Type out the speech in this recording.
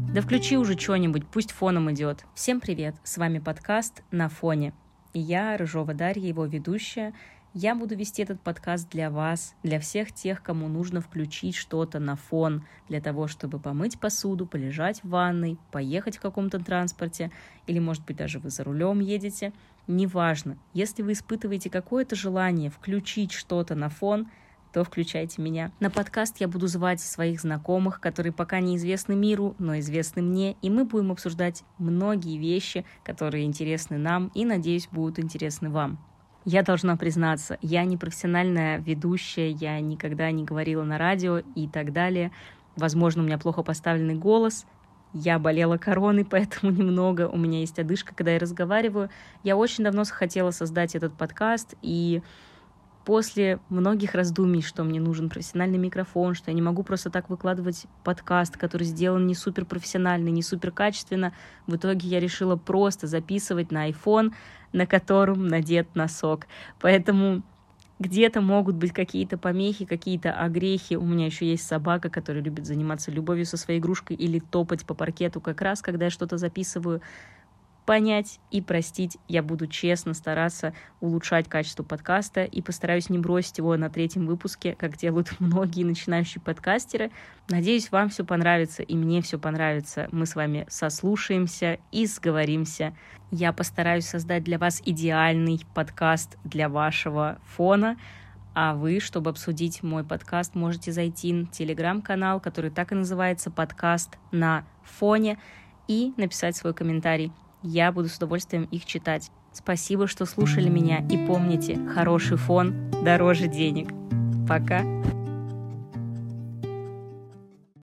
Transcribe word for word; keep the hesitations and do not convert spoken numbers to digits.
Да включи уже что-нибудь, пусть фоном идет. Всем привет, с вами подкаст «На фоне». И я, Рыжова Дарья, его ведущая. Я буду вести этот подкаст для вас, для всех тех, кому нужно включить что-то на фон, для того, чтобы помыть посуду, полежать в ванной, поехать в каком-то транспорте, или, может быть, даже вы за рулем едете. Неважно, если вы испытываете какое-то желание включить что-то на фон, то включайте меня. На подкаст я буду звать своих знакомых, которые пока неизвестны миру, но известны мне, и мы будем обсуждать многие вещи, которые интересны нам и, надеюсь, будут интересны вам. Я должна признаться, я не профессиональная ведущая, я никогда не говорила на радио и так далее. Возможно, у меня плохо поставленный голос. Я болела короной, поэтому немного у меня есть одышка, когда я разговариваю. Я очень давно хотела создать этот подкаст, и после многих раздумий, что мне нужен профессиональный микрофон, что я не могу просто так выкладывать подкаст, который сделан не супер профессионально, не супер качественно, в итоге я решила просто записывать на iPhone, на котором надет носок. Поэтому где-то могут быть какие-то помехи, какие-то огрехи. У меня еще есть собака, которая любит заниматься любовью со своей игрушкой или топать по паркету как раз, когда я что-то записываю. Понять и простить, я буду честно стараться улучшать качество подкаста и постараюсь не бросить его на третьем выпуске, как делают многие начинающие подкастеры. Надеюсь, вам все понравится и мне все понравится. Мы с вами сослушаемся и сговоримся. Я постараюсь создать для вас идеальный подкаст для вашего фона. А вы, чтобы обсудить мой подкаст, можете зайти на телеграм-канал, который так и называется «Подкаст на фоне», и написать свой комментарий. Я буду с удовольствием их читать. Спасибо, что слушали меня, и помните, хороший фон дороже денег. Пока!